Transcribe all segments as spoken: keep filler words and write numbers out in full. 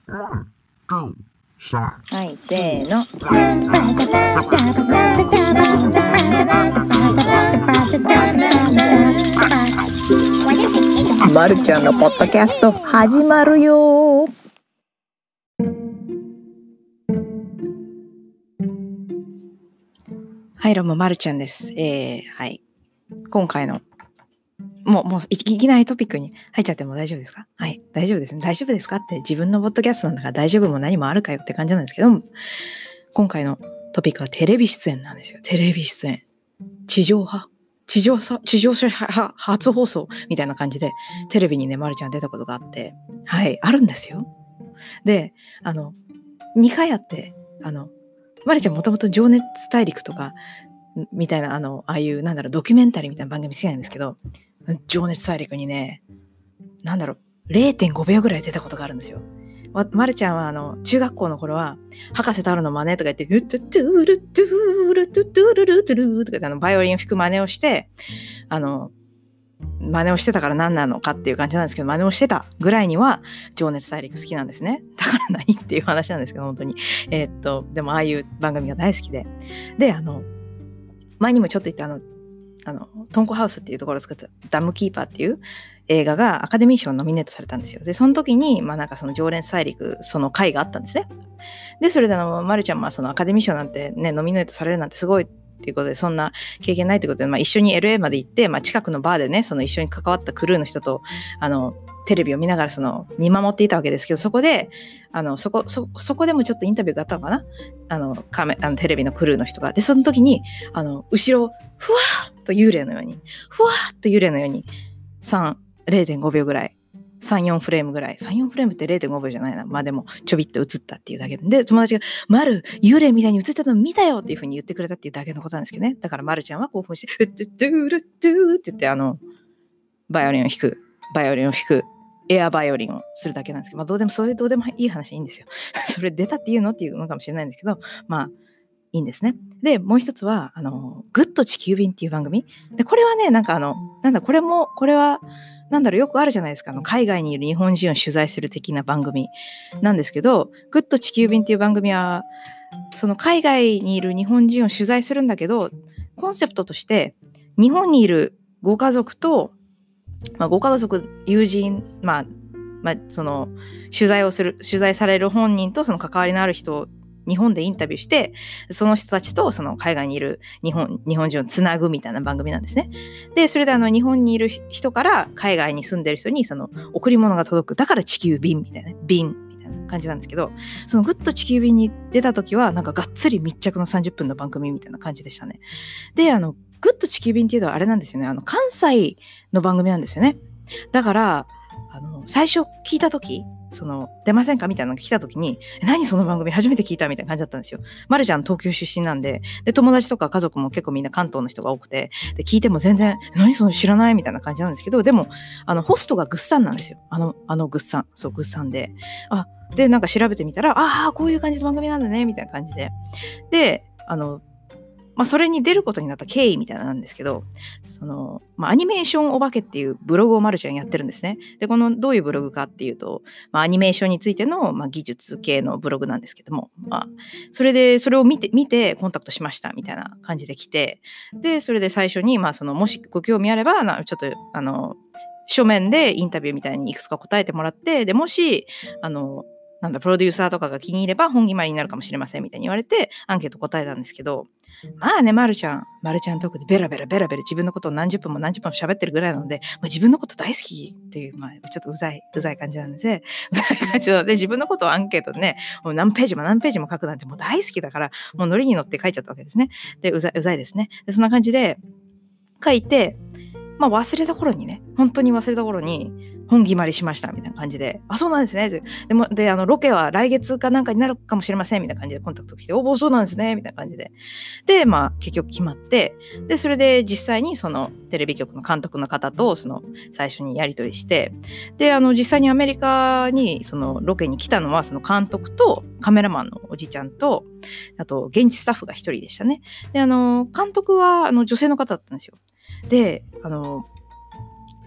はい、せーの。まるちゃんのポッドキャスト始まるよ。はい、どうもまるちゃんです。えー、はい。今回のもう、もういき、いきなりトピックに入っちゃっても大丈夫ですか？はい。大丈夫ですね。大丈夫ですかって自分のポッドキャストなんだから大丈夫も何もあるかよって感じなんですけど、今回のトピックはテレビ出演なんですよ。テレビ出演。地上波地上さ、地上波初放送みたいな感じでテレビにね、まるちゃん出たことがあって、はい、あるんですよ。で、あの、にかいあって、あの、まるちゃんもともと情熱大陸とか、みたいな、あの、ああいう、なんだろう、ドキュメンタリーみたいな番組好きなんですけど、情熱大陸にね、なんだろう、れいてんごびょうぐらい出たことがあるんですよ。ま、まるちゃんは、あの、中学校の頃は、博士太郎の真似とか言って、うっとトゥールトゥールトゥトゥルルトゥルとか言って、あの、バイオリンを弾く真似をして、あの、真似をしてたから何なのかっていう感じなんですけど、真似をしてたぐらいには情熱大陸好きなんですね。だから何っていう話なんですけど、本当に。えー、っと、でもああいう番組が大好きで。で、あの、前にもちょっと言ったあの、あの、トンコハウスっていうところを作ったダムキーパーっていう映画がアカデミー賞にノミネートされたんですよ。で、その時に、まあなんかその情熱大陸、その回があったんですね。で、それであの、まるちゃんはそのアカデミー賞なんてね、ノミネートされるなんてすごいっていうことで、そんな経験ないということで、まあ一緒に エルエー まで行って、まあ近くのバーでね、その一緒に関わったクルーの人と、あの、テレビを見ながらその見守っていたわけですけど、そこで、あの、そこ、そ、そこでもちょっとインタビューがあったのかな？あの、カメ、あのテレビのクルーの人が。で、その時に、あの、後ろ、ふわーっと幽霊のように、ふわーっと幽霊のように、さん、れいてんごびょうぐらい、さん、よんフレームぐらい、さん、よんフレームって れいてんごびょうじゃないな。まあでも、ちょびっと映ったっていうだけで。で、友達が、まる、幽霊みたいに映ってたの見たよっていう風に言ってくれたっていうだけのことなんですけどね。だからまるちゃんは興奮して、うっとゥトゥルトゥーって言って、あの、バイオリンを弾く、バイオリンを弾く、エアバイオリンをするだけなんですけど、まあどうでも、そういうどうでもいい話はいいんですよ。それ出たっていうのっていうのかもしれないんですけど、まあ、いいんですね。で、もう一つは、あの、グッド地球便っていう番組。で、これはね、なんかあの、なんだ、これも、これは、なんだろう、よくあるじゃないですか。あの、海外にいる日本人を取材する的な番組なんですけど、グッド地球便っていう番組は、その海外にいる日本人を取材するんだけど、コンセプトとして、日本にいるご家族と、まあ、ご家族、友人、まあ、まあ、その、取材をする、取材される本人とその関わりのある人を日本でインタビューして、その人たちとその海外にいる日本、日本人をつなぐみたいな番組なんですね。で、それであの日本にいる人から海外に住んでる人にその贈り物が届く。だから地球便みたいな、便みたいな感じなんですけど、そのグッド地球便に出た時はなんかがっつり密着のさんじゅっぷんの番組みたいな感じでしたね。で、あの、グッド地球便っていうのはあれなんですよね。あの、関西の番組なんですよね。だから、あの、最初聞いた時、その出ませんかみたいなのが来た時に、何その番組初めて聞いたみたいな感じだったんですよ。まるちゃん東京出身なんで、で友達とか家族も結構みんな関東の人が多くて、で聞いても全然何その知らないみたいな感じなんですけど、でもあのホストがグッサンなんですよ。あのあのグッサン、そうグッサンで、あでなんか調べてみたら、ああこういう感じの番組なんだねみたいな感じで、であの。まあ、それに出ることになった経緯みたいなんですけど、その、まあ、アニメーションお化けっていうブログをまるちゃんやってるんですね。で、このどういうブログかっていうと、まあ、アニメーションについての、まあ、技術系のブログなんですけども、まあ、それで、それを見て、見てコンタクトしましたみたいな感じで来て、で、それで最初に、まあ、その、もしご興味あれば、なちょっと、あの、書面でインタビューみたいにいくつか答えてもらって、で、もし、あの、なんだ、プロデューサーとかが気に入れば本決まりになるかもしれませんみたいに言われてアンケート答えたんですけど、まあね、まるちゃん、まるちゃんトークでベラベラベラベラ自分のことを何十分も何十分も喋ってるぐらいなので、まあ、自分のこと大好きっていう、まあ、ちょっとうざい、うざい感じなので、うざい感じなので、自分のことをアンケートでね、もう何ページも何ページも書くなんてもう大好きだから、もうノリに乗って書いちゃったわけですね。で、うざい、うざいですね。で、そんな感じで書いて、まあ忘れた頃にね、本当に忘れた頃に、本決まりしましたみたいな感じで、あ、そうなんですね。で、でも、で、あの、ロケは来月かなんかになるかもしれませんみたいな感じでコンタクト来て、おお、そうなんですねみたいな感じで。で、まあ、結局決まって、で、それで実際にそのテレビ局の監督の方と、その、最初にやり取りして、で、あの、実際にアメリカに、その、ロケに来たのは、その監督とカメラマンのおじちゃんと、あと、現地スタッフが一人でしたね。で、あの、監督は、あの、女性の方だったんですよ。で、あの、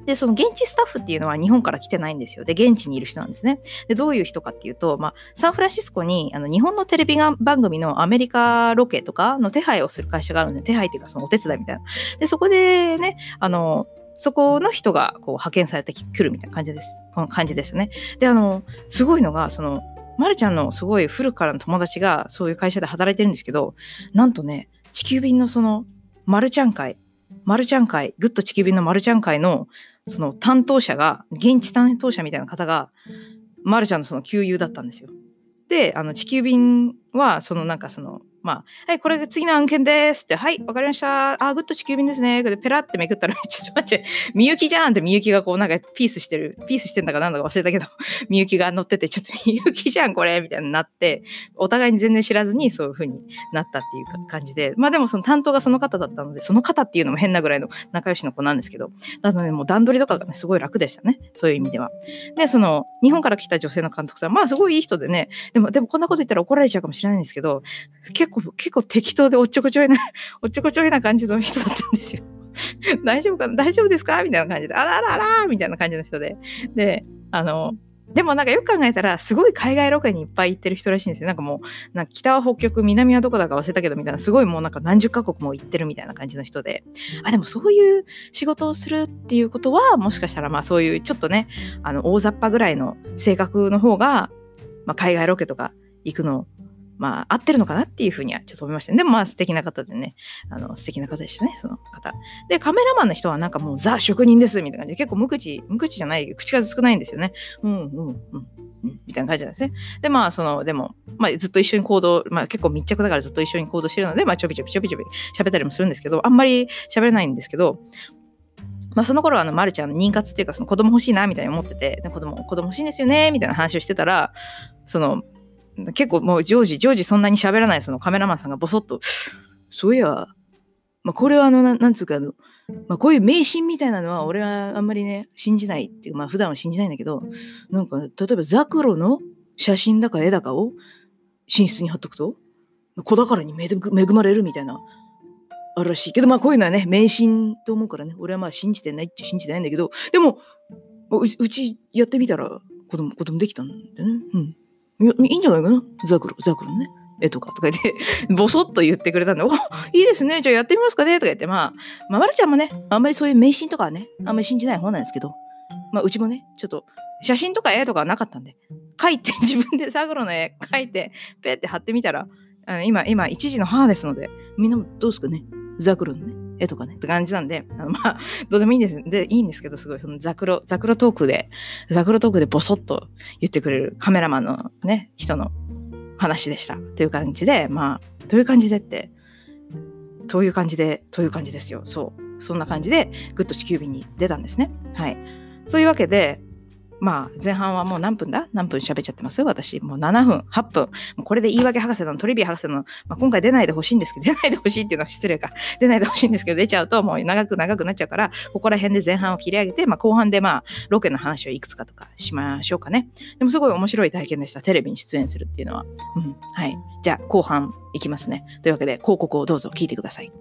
で、その現地スタッフっていうのは日本から来てないんですよ。で、現地にいる人なんですね。で、どういう人かっていうと、まあ、サンフランシスコにあの日本のテレビ番組のアメリカロケとかの手配をする会社があるんで、手配っていうかそのお手伝いみたいな。で、そこでね、あの、そこの人がこう派遣されてくるみたいな感じです。この感じですね。で、あの、すごいのが、その、まるちゃんのすごい古くからの友達がそういう会社で働いてるんですけど、なんとね、地球便のその、まるちゃん会、まるちゃん会、グッド地球便のまるちゃん会のその担当者が、現地担当者みたいな方が、まるちゃんのその給油だったんですよ。で、あの、地球便は、そのなんかその、まあ、はい、これ次の案件ですって、はい、わかりました。あ、グッド地球便ですね。で、ペラってめくったら、ちょっと待って、みゆきじゃんってみゆきがこうなんかピースしてる、ピースしてんだかなんだか忘れたけど、みゆきが乗ってて、ちょっとみゆきじゃんこれみたいになって、お互いに全然知らずにそういう風になったっていう感じで、まあでもその担当がその方だったので、その方っていうのも変なぐらいの仲良しの子なんですけど、なのでもう段取りとかがね、すごい楽でしたね。そういう意味では。で、その、日本から来た女性の監督さん、まあすごいいい人でね、でも、でもこんなこと言ったら怒られちゃうかもしれないんですけど、結構、結構適当でおっちょこちょいな、おっちょこちょいな感じの人だったんですよ。大丈夫かな大丈夫ですかみたいな感じで、あらあらあらみたいな感じの人で。で、あの、でもなんかよく考えたら、すごい海外ロケにいっぱい行ってる人らしいんですよ。なんかもう、なんか北は北極、南はどこだか忘れたけどみたいな、すごいもうなんか何十カ国も行ってるみたいな感じの人で。あ、でもそういう仕事をするっていうことは、もしかしたらまあそういうちょっとね、あの、大雑把ぐらいの性格の方が、まあ海外ロケとか行くの、まあ合ってるのかなっていうふうにはちょっと思いましたね。でもまあ素敵な方でね、あの、素敵な方でしたね、その方。で、カメラマンの人はなんかもうザ職人ですみたいな感じで、結構無口、無口じゃない、口数少ないんですよね。うん、うん、うん。うん、みたいな感じなんですね。で、まあ、その、でも、まあ、ずっと一緒に行動、まあ、結構密着だからずっと一緒に行動してるので、まあ、ちょびちょびちょびちょび喋ったりもするんですけど、あんまり喋れないんですけど、まあ、その頃は、あの、まるちゃん、妊活っていうか、その子供欲しいな、みたいに思ってて、で子供、子供欲しいんですよね、みたいな話をしてたら、その、結構もう常時、常時そんなに喋らないそのカメラマンさんがボソッと、そういや、まあ、これはあの、な、なんつうかあの、まあ、こういう迷信みたいなのは俺はあんまりね、信じないっていうか、まあ普段は信じないんだけど、なんか、例えばザクロの写真だか絵だかを寝室に貼っとくと、子宝に恵まれるみたいな、あるらしいけど、まあこういうのはね、迷信と思うからね、俺はまあ信じてないっちゃ信じてないんだけど、でも、う, うちやってみたら子供、子供できたんだよね。うん。い, いいんじゃないかな、ザクロ、ザクロのね。絵とかとか言って、ボソッと言ってくれたんで、お、いいですね、じゃあやってみますかねとか言って、まあ、まあ、まるちゃんもね、あんまりそういう迷信とかはね、あんまり信じない方なんですけど、まあ、うちもね、ちょっと、写真とか絵とかはなかったんで、描いて、自分でザクロの絵描いて、ペって貼ってみたら、あの今、今、一児の母ですので、みんなどうですかね、ザクロのね、絵とかね、って感じなんで、あのまあ、どうでもいいんです、で、いいんですけど、すごい、そのザクロ、ザクロトークで、ザクロトークでボソッと言ってくれるカメラマンのね、人の、話でしたという感じで、まあという感じでってという感じでという感じですよ。そうそんな感じでグッド地球便に出たんですね。はい。そういうわけで、まあ前半はもう何分だ何分喋っちゃってます私。もうななふんはっぷん。もうこれで言い訳博士のトリビア博士の、まあ、今回出ないでほしいんですけど、出ないでほしいっていうのは失礼か。出ないでほしいんですけど、出ちゃうともう長く長くなっちゃうから、ここら辺で前半を切り上げて、まあ後半でまあロケの話をいくつかとかしましょうかね。でもすごい面白い体験でした。テレビに出演するっていうのは。うん。はい。じゃあ後半いきますね。というわけで広告をどうぞ聞いてください。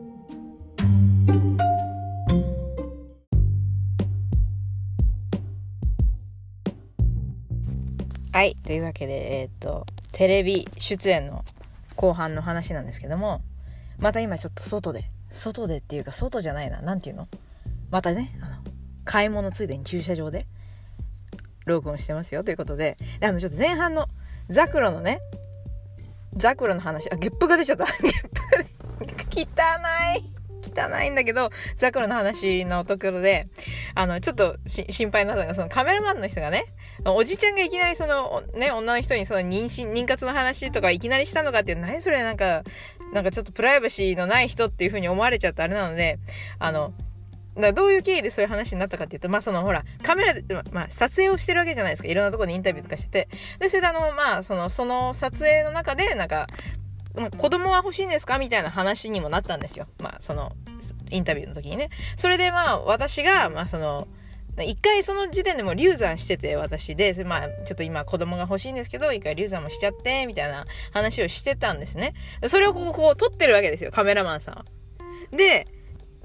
はい。というわけで、えっと、テレビ出演の後半の話なんですけども、また今ちょっと外で、外でっていうか外じゃないな、なんていうの？またね、あの、買い物ついでに駐車場で録音してますよということで、であの、ちょっと前半のザクロのね、ザクロの話、あ、ゲップが出ちゃった。ゲップが出、汚い。汚いんだけど、ザクロの話のところで、あの、ちょっと心配なのが、そのカメラマンの人がね、おじちゃんがいきなりその、ね、女の人にその妊娠、妊活の話とかいきなりしたのかっていう、何それなんか、なんかちょっとプライバシーのない人っていう風に思われちゃったあれなので、あの、だからどういう経緯でそういう話になったかっていうと、まあそのほら、カメラで、まあ撮影をしてるわけじゃないですか。いろんなところにインタビューとかしてて。で、それであの、まあその、その撮影の中で、なんか、子供は欲しいんですかみたいな話にもなったんですよ。まあその、インタビューの時にね。それでまあ私が、まあその、一回その時点でも流産してて私で、まあちょっと今子供が欲しいんですけど、一回流産もしちゃって、みたいな話をしてたんですね。それをこう、こう撮ってるわけですよ、カメラマンさんは。で、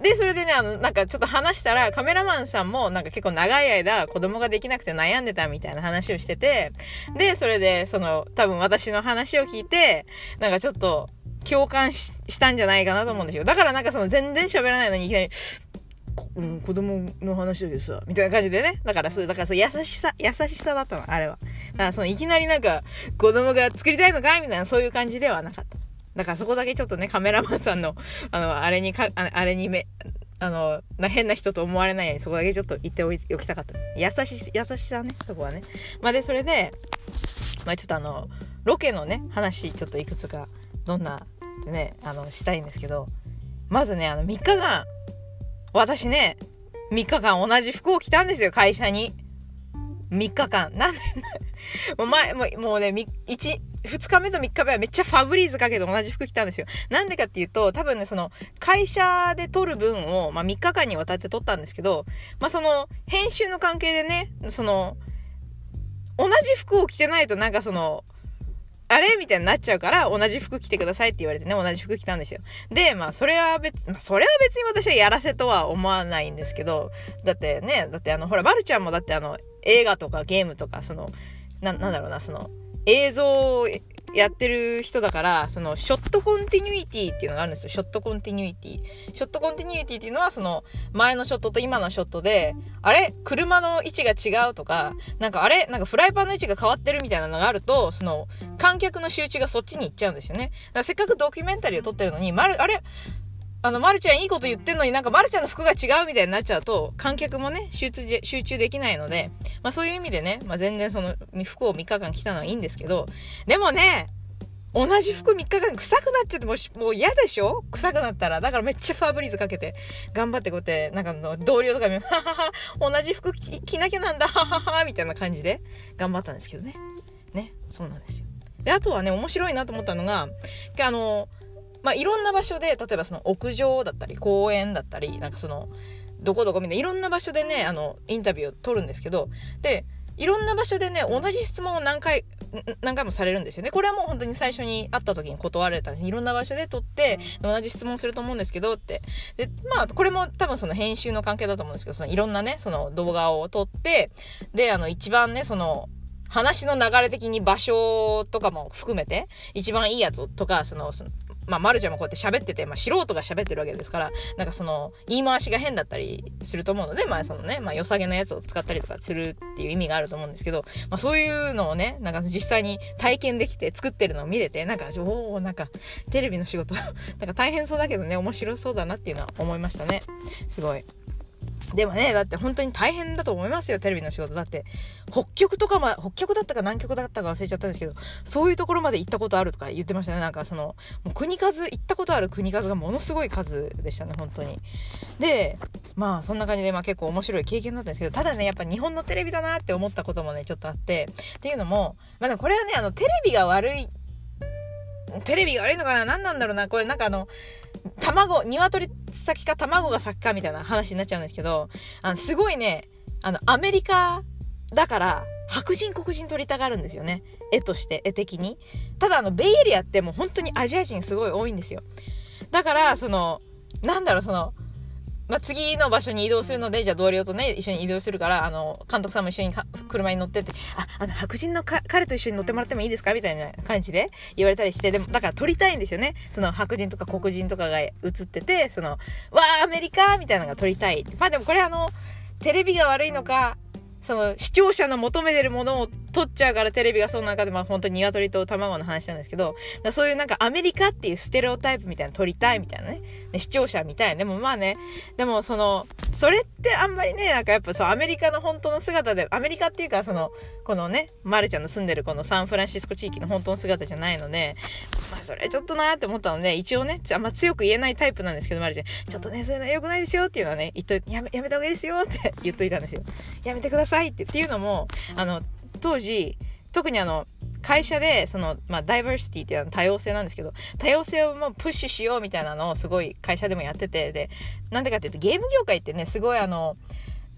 で、それでね、あの、なんかちょっと話したら、カメラマンさんもなんか結構長い間子供ができなくて悩んでたみたいな話をしてて、で、それで、その、多分私の話を聞いて、なんかちょっと共感 し, したんじゃないかなと思うんですよ。だからなんかその全然喋らないのにいきなり、うん、子供の話だけどさ、みたいな感じでね。だからそう、だからそう、優しさ、優しさだったの、あれは。だからその、いきなりなんか、子供が作りたいのかいみたいな、そういう感じではなかった。だからそこだけちょっとね、カメラマンさんの、あの、あれにか、ああれにめ、あの、変な人と思われないように、そこだけちょっと言っておきたかった。優し、優しさね、そこはね。まあで、それで、まあちょっとあの、ロケのね、話、ちょっといくつか、どんな、でね、あの、したいんですけど、まずね、あの、みっかかん、私ね、みっかかん同じ服を着たんですよ、会社に。みっかかん。なんで、もう前、もう、もうね、いち、ふつかめとみっかめはめっちゃファブリーズかけて同じ服着たんですよ。なんでかっていうと、多分ね、その、会社で撮る分を、まあ、みっかかんにわたって撮ったんですけど、まあ、その、編集の関係でね、その、同じ服を着てないとなんかその、あれみたいになっちゃうから、同じ服着てくださいって言われてね、同じ服着たんですよ。で、まあ、それは別、まあ、それは別に私はやらせとは思わないんですけど、だってね、だってあの、ほら、まるちゃんもだってあの、映画とかゲームとか、その、な、なんだろうな、その、映像をやってる人だから、その、ショットコンティニュイティっていうのがあるんですよ。ショットコンティニュイティ。ショットコンティニュイティっていうのは、その、前のショットと今のショットで、あれ車の位置が違うとか、なんかあれなんかフライパンの位置が変わってるみたいなのがあると、その、観客の集中がそっちに行っちゃうんですよね。だからせっかくドキュメンタリーを撮ってるのに、まる、あれあの、まるちゃんいいこと言ってんのになんかまるちゃんの服が違うみたいになっちゃうと、観客もね、集中で、集中できないので、まあそういう意味でね、まあ全然その、服をみっかかん着たのはいいんですけど、でもね、同じ服みっかかん臭くなっちゃってもう、もう嫌でしょ臭くなったら。だからめっちゃファーブリーズかけて、頑張ってこうやって、なんかの同僚とか見ははは、同じ服着、着なきゃなんだ、ははは、みたいな感じで、頑張ったんですけどね。ね、そうなんですよ。で、あとはね、面白いなと思ったのが、あの、まあ、いろんな場所で、例えばその屋上だったり、公園だったり、なんかその、どこどこみんないろんな場所でね、あの、インタビューを取るんですけど、で、いろんな場所でね、同じ質問を何回、何回もされるんですよね。これはもう本当に最初に会った時に断られたんです。いろんな場所で撮って、同じ質問すると思うんですけどって。で、まあ、これも多分その編集の関係だと思うんですけど、そのいろんなね、その動画を撮って、で、あの、一番ね、その、話の流れ的に場所とかも含めて、一番いいやつとか、その、そのまあ、まるちゃんもこうやって喋ってて、まあ、素人が喋ってるわけですから、なんかその、言い回しが変だったりすると思うので、まあ、そのね、まあ、良さげなやつを使ったりとかするっていう意味があると思うんですけど、まあ、そういうのをね、なんか実際に体験できて作ってるのを見れて、なんか、おー、なんか、テレビの仕事、なんか大変そうだけどね、面白そうだなっていうのは思いましたね。すごい。でもね、だって本当に大変だと思いますよ、テレビの仕事。だって、北極とかま、北極だったか南極だったか忘れちゃったんですけど、そういうところまで行ったことあるとか言ってましたね。なんかその、もう国数、行ったことある国数がものすごい数でしたね、本当に。で、まあそんな感じで、まあ結構面白い経験だったんですけど、ただね、やっぱ日本のテレビだなって思ったこともね、ちょっとあって、っていうのも、まあでもこれはね、あの、テレビが悪い、テレビが悪いのかな、何なんだろうな、これなんかあの、卵、鶏先か卵が先かみたいな話になっちゃうんですけど、あの、すごいね、あの、アメリカだから、白人黒人取りたがるんですよね。絵として、絵的に。ただあの、ベイエリアってもう本当にアジア人すごい多いんですよ。だから、その、なんだろう、その、まあ、次の場所に移動するので、じゃあ同僚とね、一緒に移動するから、あの、監督さんも一緒に車に乗ってって、あ、あの、白人のか彼と一緒に乗ってもらってもいいですかみたいな感じで言われたりして、でも、だから撮りたいんですよね。その白人とか黒人とかが映ってて、その、わー、アメリカみたいなのが撮りたい。まあでもこれあの、テレビが悪いのか、その視聴者の求めてるものを撮っちゃうからテレビがそうなんかで、まあ本当に鶏と卵の話なんですけど、だそういうなんかアメリカっていうステレオタイプみたいなの撮りたいみたいなね、視聴者みたいな。でもまあね、でもその、それってあんまりね、なんかやっぱそうアメリカの本当の姿で、アメリカっていうかその、このね、まるちゃんの住んでるこのサンフランシスコ地域の本当の姿じゃないので、まあそれちょっとなーって思ったので、一応ね、あんま強く言えないタイプなんですけど、まるちゃん、ちょっとね、そういうの良くないですよっていうのはね、言っといて、やめ、やめた方がいいですよって言っといたんですよ。やめてくださいって。っていうのも、あの、当時、特にあの、会社で、その、まあ、ダイバーシティっていうのは多様性なんですけど、多様性をもうプッシュしようみたいなのをすごい会社でもやってて、で、なんでかっていうと、ゲーム業界ってね、すごいあの、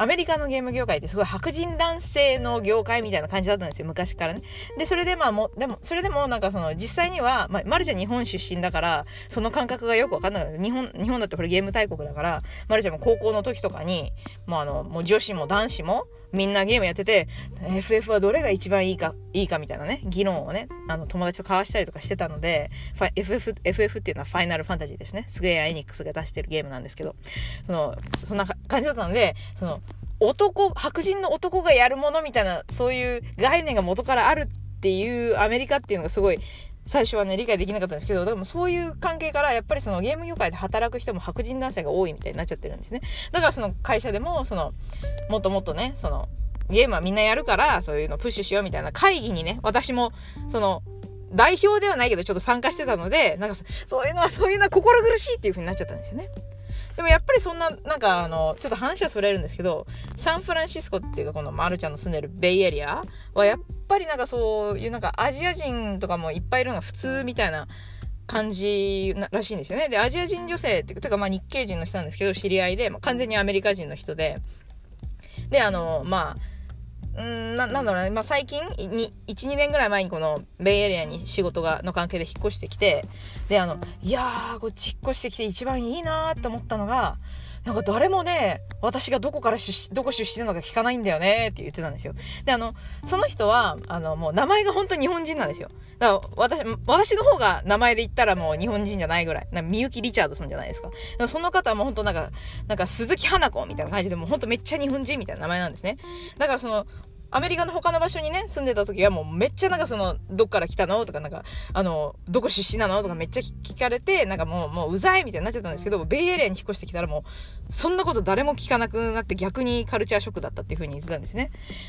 アメリカのゲーム業界ってすごい白人男性の業界みたいな感じだったんですよ、昔からね。でそれでまあもでもそれでもなんかその実際には、まあ、まるちゃん日本出身だからその感覚がよく分かんなかった。日本日本だってこれゲーム大国だから、まるちゃんも高校の時とかにもうあのもう女子も男子もみんなゲームやってて エフエフ はどれが一番いいかいいかみたいなね議論をねあの友達と交わしたりとかしてたので、エフエフ エフエフ っていうのはファイナルファンタジーですね。スクエアエニックスが出してるゲームなんですけど、そのそんな感じだったので、その男白人の男がやるものみたいなそういう概念が元からあるっていうアメリカっていうのがすごい最初はね理解できなかったんですけど、でもそういう関係からやっぱりそのゲーム業界で働く人も白人男性が多いみたいになっちゃってるんですね。だからその会社でもそのもっともっとねそのゲームはみんなやるからそういうのプッシュしようみたいな会議にね、私もその代表ではないけどちょっと参加してたので、なんかそういうのはそういうのは心苦しいっていう風になっちゃったんですよね。でもやっぱりそんななんかあのちょっと話はそれるんですけど、サンフランシスコっていうかこのまるちゃんの住んでるベイエリアはやっぱりなんかそういうなんかアジア人とかもいっぱいいるのが普通みたいな感じらしいんですよね。でアジア人女性っていうかまあ日系人の人なんですけど知り合いで、まあ、完全にアメリカ人の人で、であのまあうーんな、なんだろうね、まあ、最近にいちにねんぐらい前にこのベイエリアに仕事がの関係で引っ越してきて、であのいやーこっち引っ越してきて一番いいなーって思ったのが、なんか誰もね私がどこから出身どこ出身なのか聞かないんだよねって言ってたんですよ。であのその人はあのもう名前が本当に日本人なんですよ。だから私私の方が名前で言ったらもう日本人じゃないぐらい、なんかみゆきリチャードソンじゃないですか。でもその方はもう本当なんかなんか鈴木花子みたいな感じでもう本当めっちゃ日本人みたいな名前なんですね。だからそのアメリカの他の場所にね住んでた時はもうめっちゃなんかそのどっから来たのとかなんかあのどこ出身なのとかめっちゃ聞かれて、なんかもうもううざいみたいになっちゃったんですけど、ベイエリアに引っ越してきたらもうそんなこと誰も聞かなくなって逆にカルチャーショックだったっていう風に言ってたんですね。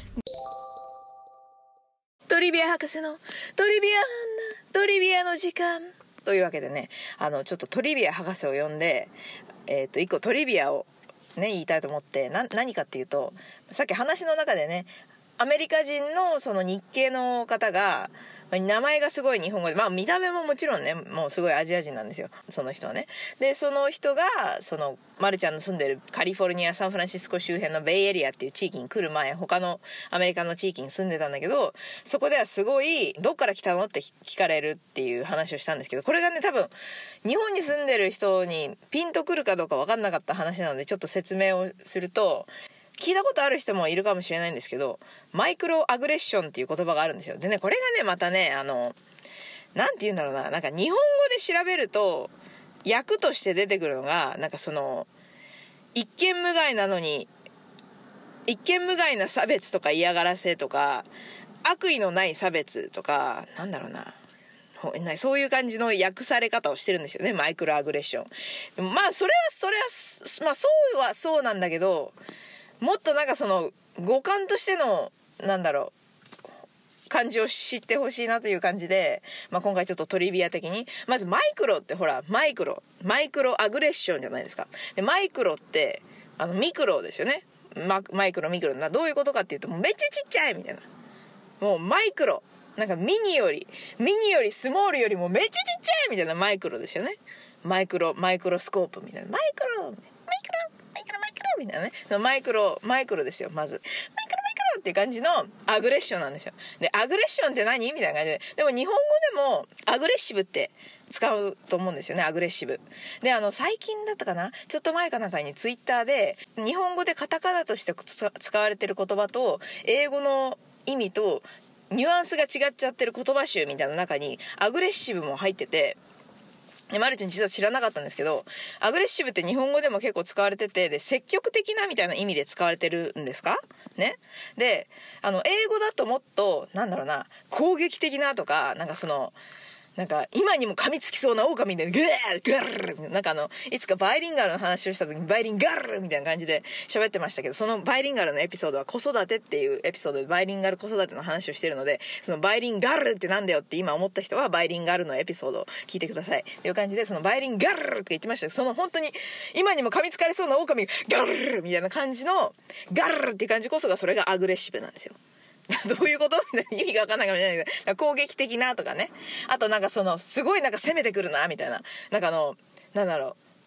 トリビア博士のトリビアトリビアの時間というわけでね、あのちょっとトリビア博士を呼んで、えっと一個トリビアをね言いたいと思って、な何かっていうと、さっき話の中でねアメリカ人のその日系の方が名前がすごい日本語で、まあ見た目ももちろんねもうすごいアジア人なんですよ、その人はね。でその人がそのまるちゃんの住んでるカリフォルニアサンフランシスコ周辺のベイエリアっていう地域に来る前、他のアメリカの地域に住んでたんだけど、そこではすごいどっから来たのって聞かれるっていう話をしたんですけど、これがね多分日本に住んでる人にピンとくるかどうか分かんなかった話なのでちょっと説明をすると、聞いたことある人もいるかもしれないんですけど、マイクロアグレッションっていう言葉があるんですよ。でねこれがねまたねあのなんて言うんだろうな、なんか日本語で調べると訳として出てくるのがなんかその一見無害なのに一見無害な差別とか嫌がらせとか悪意のない差別とか、なんだろうなそういう感じの訳され方をしてるんですよね、マイクロアグレッション。でもまあそれはそれはまあそうはそうなんだけど、もっとなんかその語感としてのなんだろう感じを知ってほしいなという感じで、まあ、今回ちょっとトリビア的にまずマイクロってほらマイクロマイクロアグレッションじゃないですか。でマイクロってあのミクロですよね。マ, マイクロミクロなどういうことかっていうと、もうめっちゃちっちゃいみたいな、もうマイクロなんかミニよりミニよりスモールよりもめっちゃちっちゃいみたいなマイクロですよね。マイクロマイクロスコープみたいなマイクロマイクロマイクロマイクロみたいなね、マイクロマイクロですよ。まずマイクロマイクロっていう感じのアグレッションなんですよ。でアグレッションって何みたいな感じで、でも日本語でもアグレッシブって使うと思うんですよね、アグレッシブで。あの最近だったかな、ちょっと前かなんかにツイッターで日本語でカタカナとして使われてる言葉と英語の意味とニュアンスが違っちゃってる言葉集みたいな中にアグレッシブも入ってて、でマルチン実は知らなかったんですけど、アグレッシブって日本語でも結構使われてて、で積極的なみたいな意味で使われてるんですかね。であの英語だともっとなんだろうな、攻撃的なとか、なんかそのなんか今にも噛みつきそうな狼みたいなグーグーなんかあのいつかバイリンガルの話をした時にバイリンガルみたいな感じで喋ってましたけど、そのバイリンガルのエピソードは子育てっていうエピソードでバイリンガル子育ての話をしてるので、そのバイリンガルってなんだよって今思った人はバイリンガルのエピソードを聞いてくださいっていう感じで、そのバイリンガルって言ってましたけど、その本当に今にも噛みつかれそうな狼ガルみたいな感じのガルっていう感じこそがそれがアグレッシブなんですよ。どういうことみたいな意味が分かんないかもしれないけど、攻撃的なとかね、あとなんかそのすごいなんか攻めてくるなみたいな、なんかあのなんだろ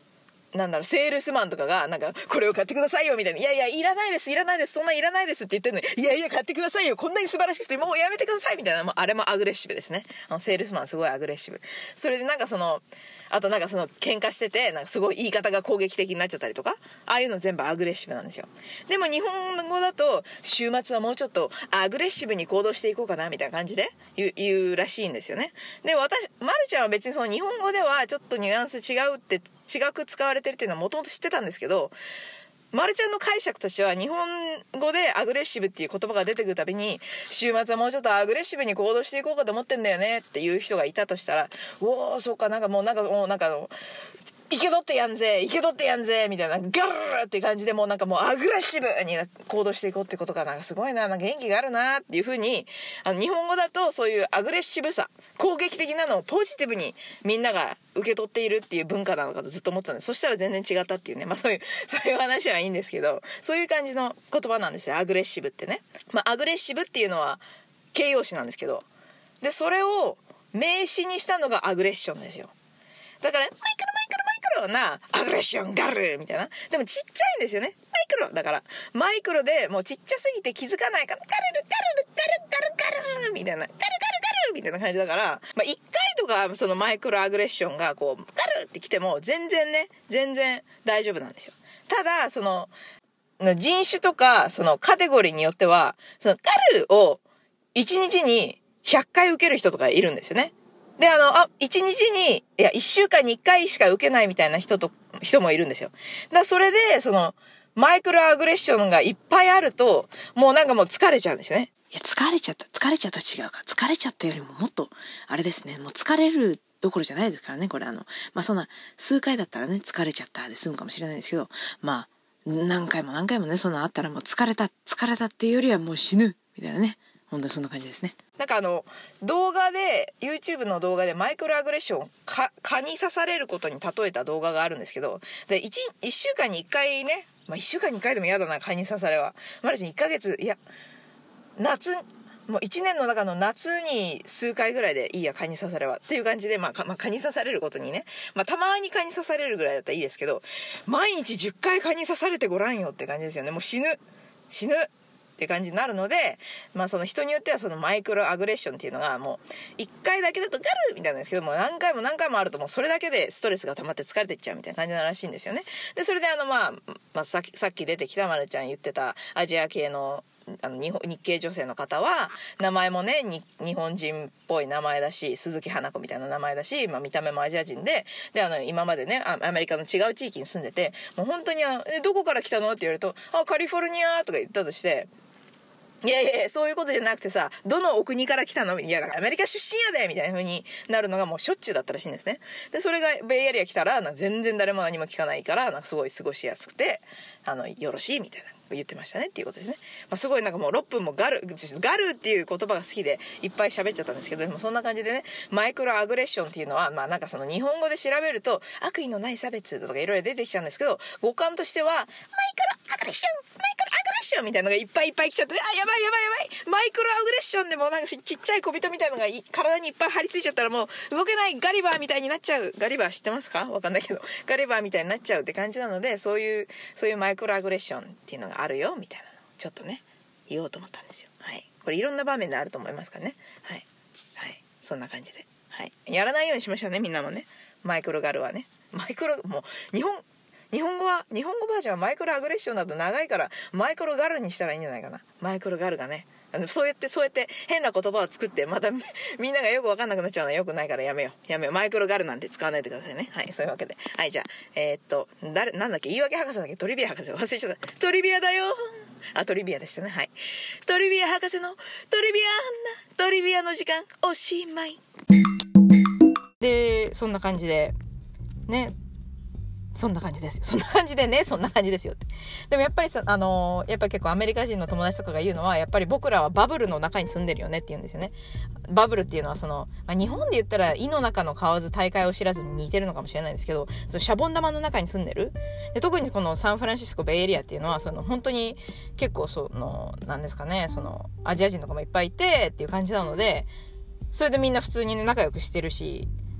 なんだろう、セールスマンとかが、なんか、これを買ってくださいよ、みたいな。いやいや、いらないです、いらないです、そんないらないですって言ってるのに、いやいや、買ってくださいよ、こんなに素晴らしくて、もうやめてください、みたいな。もうあれもアグレッシブですね。あの、セールスマンすごいアグレッシブ。それでなんかその、あとなんかその、喧嘩してて、なんかすごい言い方が攻撃的になっちゃったりとか、ああいうの全部アグレッシブなんですよ。でも日本語だと、週末はもうちょっとアグレッシブに行動していこうかな、みたいな感じで言う、言うらしいんですよね。で、私、まるちゃんは別にその日本語ではちょっとニュアンス違うって違く使われてるっていうのはもともと知ってたんですけど、まるちゃんの解釈としては日本語でアグレッシブっていう言葉が出てくるたびに、週末はもうちょっとアグレッシブに行動していこうかと思ってんだよねっていう人がいたとしたら、おーそうか、なんかもうなんかもうなんか生け取ってやんぜ生け取ってやんぜみたいなガルーって感じで、もうなんかもうアグレッシブに行動していこうってことがなんかすごいな、なんか元気があるなっていう風に、あの日本語だとそういうアグレッシブさ、攻撃的なのをポジティブにみんなが受け取っているっていう文化なのかとずっと思ってたんです。そしたら全然違ったっていうね、まあそういうそういう話はいいんですけど、そういう感じの言葉なんですよ、アグレッシブってね。まあアグレッシブっていうのは形容詞なんですけど、でそれを名詞にしたのがアグレッションですよ。だからマイクロマイクロマイクロなアグレッションガルみたいな。でもちっちゃいんですよね、マイクロだから。マイクロでもうちっちゃすぎて気づかないからガルルガルルガルガルガルガルみたいな、ガルガルガルみたいな感じだから、まあいっかいとかそのマイクロアグレッションがこうガルってきても全然ね全然大丈夫なんですよ。ただその人種とかそのカテゴリーによってはそのガルをいちにちにひゃっかい受ける人とかいるんですよね。で、あの、あ、一日に、いや、一週間に一回しか受けないみたいな人と、人もいるんですよ。だからそれで、その、マイクロアグレッションがいっぱいあると、もうなんかもう疲れちゃうんですよね。 いや、疲れちゃった。疲れちゃった違うか。疲れちゃったよりももっと、あれですね。もう疲れるどころじゃないですからね。これあの、まあ、そんな、数回だったらね、疲れちゃったで済むかもしれないですけど、まあ、何回も何回もね、そんなあったらもう疲れた、疲れたっていうよりはもう死ぬ、みたいなね。本当にそんな感じですね。 なんかあの動画で YouTube の動画でマイクロアグレッションを蚊に刺されることに例えた動画があるんですけど、で 1, いっしゅうかんにいっかいね、まあ、いっしゅうかんにいっかいでも嫌だな、蚊に刺されは。まるちゃんいっかげつ、いや夏もういちねんの中の夏に数回ぐらいでいいや、蚊に刺されはっていう感じで、まあ、かまあ、蚊に刺されることにね、まあ、たまに蚊に刺されるぐらいだったらいいですけど、毎日じゅっかい蚊に刺されてごらんよって感じですよね。もう死ぬ死ぬって感じになるので、まあその人によってはそのマイクロアグレッションっていうのがもういっかいだけだとガルみたいなんですけども、何回も何回もあるともうそれだけでストレスが溜まって疲れていっちゃうみたいな感じならしいんですよね。でそれであのまあ、まあ、さっきさっき出てきたまるちゃん言ってたアジア系のあの 日, 本日系女性の方は名前もねに日本人っぽい名前だし、鈴木花子みたいな名前だし、まあ、見た目もアジア人で、であの今までねアメリカの違う地域に住んでて、もう本当にあのどこから来たのって言われると、あカリフォルニアとか言ったとして、いやいやいやそういうことじゃなくてさ、どのお国から来たの、いやだからアメリカ出身やでみたいな風になるのがもうしょっちゅうだったらしいんですね。でそれがベイエリア来たらなんか全然誰も何も聞かないから、なんかすごい過ごしやすくてあのよろしいみたいな言ってましたねっていうことですね。まあ、すごいなんかもうろっぷんもガルガルっていう言葉が好きでいっぱい喋っちゃったんですけど、でもそんな感じでね、マイクロアグレッションっていうのはまあなんかその日本語で調べると悪意のない差別とかいろいろ出てきちゃうんですけど、語感としてはマイクロアグレッションマイクロアグレッションみたいなのがいっぱいいっぱい来ちゃって、あやばいやばいやばい、マイクロアグレッションでもなんかちっちゃい小人みたいなのが体にいっぱい張り付いちゃったらもう動けないガリバーみたいになっちゃう。ガリバー知ってますか？わかんないけどガリバーみたいになっちゃうって感じなので、そういうそういうマイクロアグレッションっていうのがあるよみたいなちょっとね言おうと思ったんですよ。はい、これいろんな場面であると思いますからね。はいはい、そんな感じで、はい、やらないようにしましょうね、みんなもね。マイクロガルはね、マイクロもう日本日本語は日本語バージョンはマイクロアグレッションだと長いからマイクロガルにしたらいいんじゃないかな。マイクロガルがね、あのそうやってそうやって変な言葉を作ってまたみんながよく分かんなくなっちゃうのはよくないからやめようやめよう。マイクロガルなんて使わないでくださいね。はい、そういうわけで、はい、じゃあえー、っと誰なんだっけ、言い訳博士だっけ、トリビア博士忘れちゃった。トリビアだよ。あ、トリビアでしたね。はい、トリビア博士のトリビアトリビアの時間おしまいで、そんな感じでね、そんな感じですよ。そんな感じでね、そんな感じですよって。でもやっぱりさ、あのー、やっぱり結構アメリカ人の友達とかが言うのは、やっぱり僕らはバブルの中に住んでるよねって言うんですよね。バブルっていうのはその、まあ、日本で言ったら井の中の蛙大海を知らずに似てるのかもしれないんですけど、そのシャボン玉の中に住んでる。で、特にこのサンフランシスコベイエリアっていうのは、その本当に結構その、なんですかね、そのアジア人とかもいっぱいいてっていう感じなので、それでみんな普通にね、仲良くしてるし、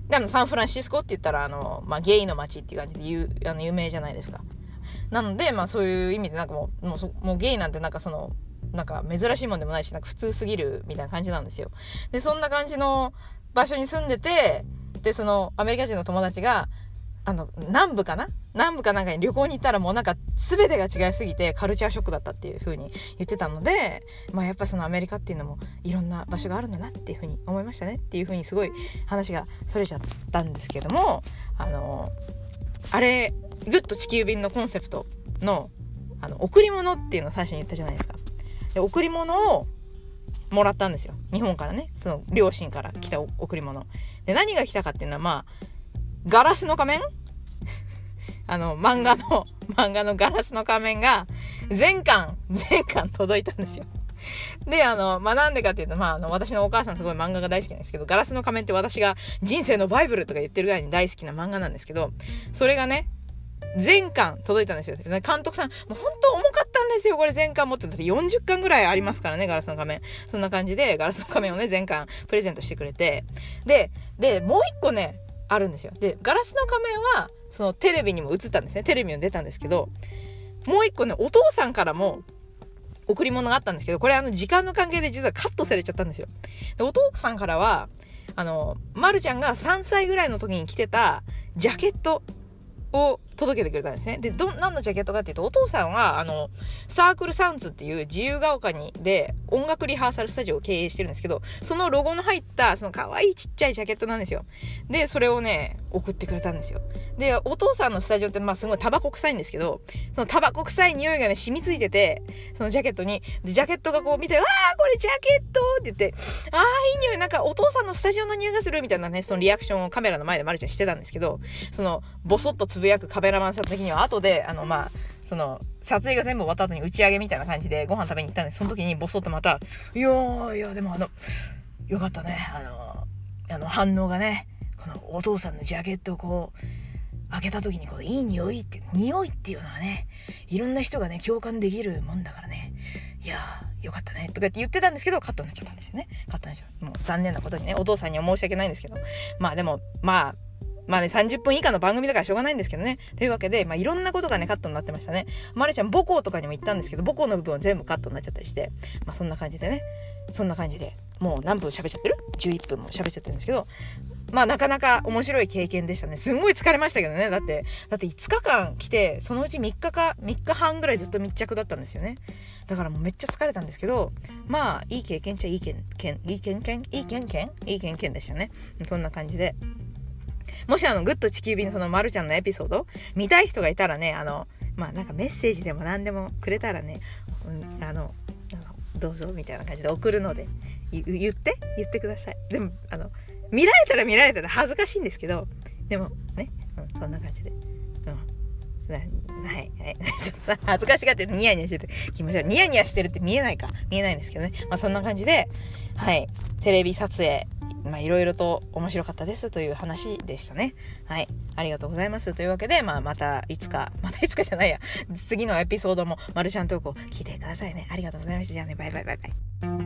で、あの、サンフランシスコって言ったら、あの、まあ、ゲイの街っていう感じで有、あの、有名じゃないですか。なので、まあ、そういう意味でなんかもう、もうそ、もうゲイなんてなんかその、なんか珍しいもんでもないし、なんか普通すぎるみたいな感じなんですよ。で、そんな感じの場所に住んでて、で、その、アメリカ人の友達が、あの、南部かな南部かなんかに旅行に行ったらもうなんか全てが違いすぎてカルチャーショックだったっていう風に言ってたので、まあやっぱりそのアメリカっていうのもいろんな場所があるんだなっていう風に思いましたねっていう風にすごい話がそれちゃったんですけども、あの、あれ、グッド地球便のコンセプトの、あの、贈り物っていうのを最初に言ったじゃないですか。で、贈り物をもらったんですよ。日本からね。その両親から来た贈り物。で、何が来たかっていうのはまあ、ガラスの仮面あの、漫画の、漫画のガラスの仮面が、全巻、全巻届いたんですよ。で、あの、まあ、なんでかっていうと、まあ、あの、私のお母さんすごい漫画が大好きなんですけど、ガラスの仮面って私が人生のバイブルとか言ってるぐらいに大好きな漫画なんですけど、それがね、全巻届いたんですよ。監督さん、もう本当重かったんですよ、これ全巻持って。だってよんじゅっかんぐらいありますからね、ガラスの仮面。そんな感じで、ガラスの仮面をね、全巻プレゼントしてくれて。で、で、もう一個ね、あるんですよ。で、ガラスの仮面は、そのテレビにも映ったんですね。テレビにも出たんですけど、もう一個ね、お父さんからも贈り物があったんですけど、これあの時間の関係で実はカットされちゃったんですよ。で、お父さんからは、あの、まるちゃんがさんさいぐらいの時に着てたジャケットを届けてくれたんですね。で、ど、何のジャケットかっていうと、お父さんは、あの、サークルサウンズっていう自由が丘にで音楽リハーサルスタジオを経営してるんですけど、そのロゴの入った、その可愛いちっちゃいジャケットなんですよ。で、それをね、送ってくれたんですよ。で、お父さんのスタジオって、まあ、すごいタバコ臭いんですけど、そのタバコ臭い匂いがね、染みついてて、そのジャケットに、で、ジャケットがこう見て、あー、これジャケットって言って、あー、いい匂い、なんかお父さんのスタジオの匂いがするみたいなね、そのリアクションをカメラの前でまるちゃんしてたんですけど、その、ボソッとつぶやくカメラマンさん的には、後で、あの、まあ、その、撮影が全部終わった後に打ち上げみたいな感じでご飯食べに行ったんです。その時にボソッとまた、いやー、いや、でもあの、よかったね。あの、あの、反応がね、このお父さんのジャケットをこう、開けた時にこのいい匂いって、匂いっていうのはね、いろんな人がね、共感できるもんだからね。いやー、よかったね。とかって言ってたんですけど、カットになっちゃったんですよね。カットになっちゃった。もう残念なことにね、お父さんには申し訳ないんですけど。まあでも、まあ、まあね、さんじゅっぷん以下の番組だからしょうがないんですけどね。というわけで、まあいろんなことがね、カットになってましたね。まるちゃん母校とかにも行ったんですけど、母校の部分は全部カットになっちゃったりして、まあそんな感じでね、そんな感じで、もう何分喋っちゃってる ?じゅういっぷんも喋っちゃってるんですけど、まあなかなか面白い経験でしたね。すんごい疲れましたけどね。だって、だっていつかかん来て、そのうちみっかか、みっかはんぐらいずっと密着だったんですよね。だからもうめっちゃ疲れたんですけど、まあいい経験っちゃいい経験、いい経験、いい経験、いい経験でしたね。そんな感じで。もしあの、グッド地球便のそのまるちゃんのエピソード見たい人がいたらね、あの、まあなんかメッセージでも何でもくれたらね、うん、あの、どうぞみたいな感じで送るので、言って言ってください。でも、あの、見られたら見られたら恥ずかしいんですけど、でもね、うん、そんな感じで。うん。はい、はい。ちょっと恥ずかしがってニヤニヤしてて気持ち悪い。ニヤニヤしてるって見えないか。見えないんですけどね。まあそんな感じで、はい。テレビ撮影、まあいろいろと面白かったですという話でしたね。はい。ありがとうございます。というわけで、まあまたいつか、またいつかじゃないや。次のエピソードもまるちゃんトークを聞いてくださいね。ありがとうございました。じゃあね、バイバイバイバイ。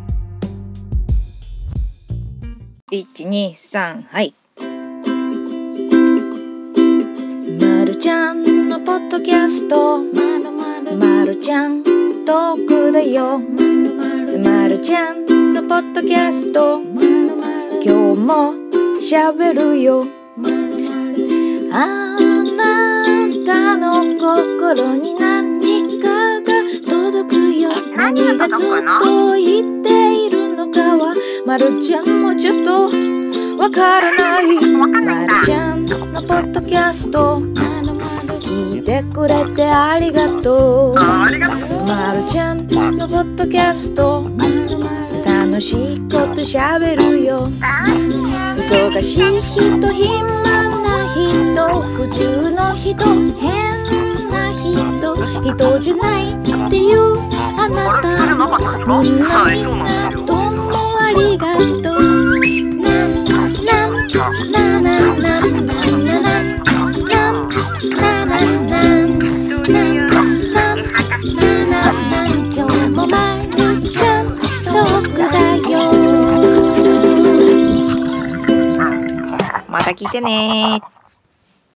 いち、に、さん、はい。まるちゃんのポッドキャスト、まるまるまるちゃんトークだよ。まるまるまるちゃんのポッドキャスト、まるまる今日も喋るよ。まるまるあなたの心に何かが届くよ。何が届いているのかはまるちゃんもちょっとわからない。まるちゃんのポッドキャスト聞いてくれてありがとう。まるちゃんのポッドキャスト楽しいことしゃべるよ。忙しい人、暇な人、普通の人、変な人、人じゃないっていうあなたもみんなみんなどうもありがとう。なんなんななななななな今日もまるちゃんトークだよ。また聞いて。 てねー。